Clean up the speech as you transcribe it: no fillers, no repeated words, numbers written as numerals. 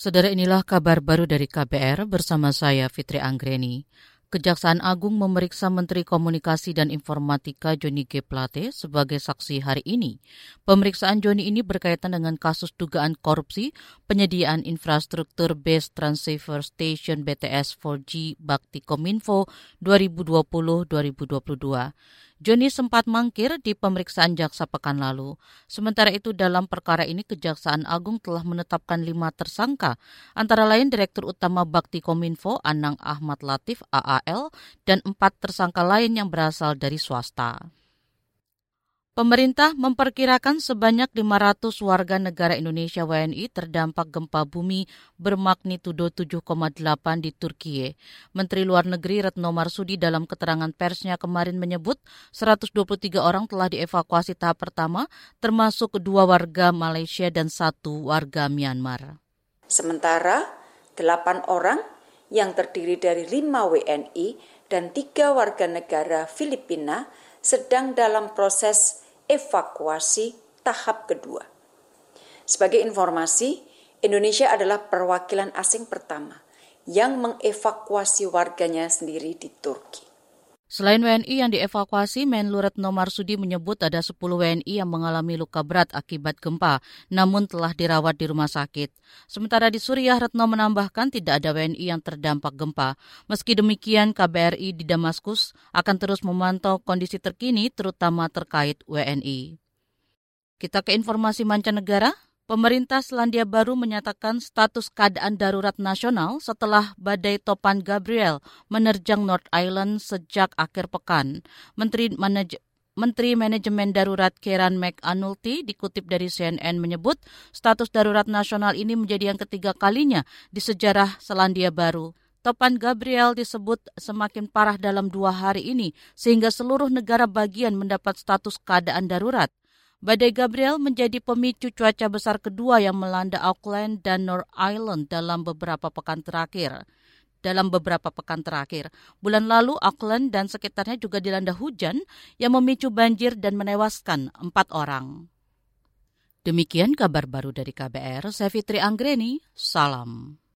Saudara, inilah kabar baru dari KBR bersama saya Fitri Anggreni. Kejaksaan Agung memeriksa Menteri Komunikasi dan Informatika Johnny G. Plate sebagai saksi hari ini. Pemeriksaan Johnny ini berkaitan dengan kasus dugaan korupsi penyediaan infrastruktur Base Transceiver Station BTS 4G Bakti Kominfo 2020-2022. Johnny sempat mangkir di pemeriksaan jaksa pekan lalu. Sementara itu dalam perkara ini Kejaksaan Agung telah menetapkan 5 tersangka, antara lain Direktur Utama Bakti Kominfo Anang Ahmad Latif AAL dan 4 tersangka lain yang berasal dari swasta. Pemerintah memperkirakan sebanyak 500 warga negara Indonesia WNI terdampak gempa bumi bermagnitudo 7,8 di Turkiye. Menteri Luar Negeri Retno Marsudi dalam keterangan persnya kemarin menyebut 123 orang telah dievakuasi tahap pertama, termasuk 2 warga Malaysia dan 1 warga Myanmar. Sementara 8 orang yang terdiri dari 5 WNI dan 3 warga negara Filipina sedang dalam proses evakuasi tahap kedua. Sebagai informasi, Indonesia adalah perwakilan asing pertama yang mengevakuasi warganya sendiri di Turki. Selain WNI yang dievakuasi, Menlu Retno Marsudi menyebut ada 10 WNI yang mengalami luka berat akibat gempa, namun telah dirawat di rumah sakit. Sementara di Suriah, Retno menambahkan tidak ada WNI yang terdampak gempa. Meski demikian, KBRI di Damaskus akan terus memantau kondisi terkini, terutama terkait WNI. Kita ke informasi mancanegara. Pemerintah Selandia Baru menyatakan status keadaan darurat nasional setelah badai topan Gabrielle menerjang North Island sejak akhir pekan. Menteri Manajemen Darurat Kieran McAnulty dikutip dari CNN menyebut status darurat nasional ini menjadi yang ketiga kalinya di sejarah Selandia Baru. Topan Gabrielle disebut semakin parah dalam 2 hari ini sehingga seluruh negara bagian mendapat status keadaan darurat. Badai Gabrielle menjadi pemicu cuaca besar kedua yang melanda Auckland dan North Island dalam beberapa pekan terakhir. Bulan lalu Auckland dan sekitarnya juga dilanda hujan yang memicu banjir dan menewaskan 4 orang. Demikian kabar baru dari KBR, saya Fitri Anggreni, salam.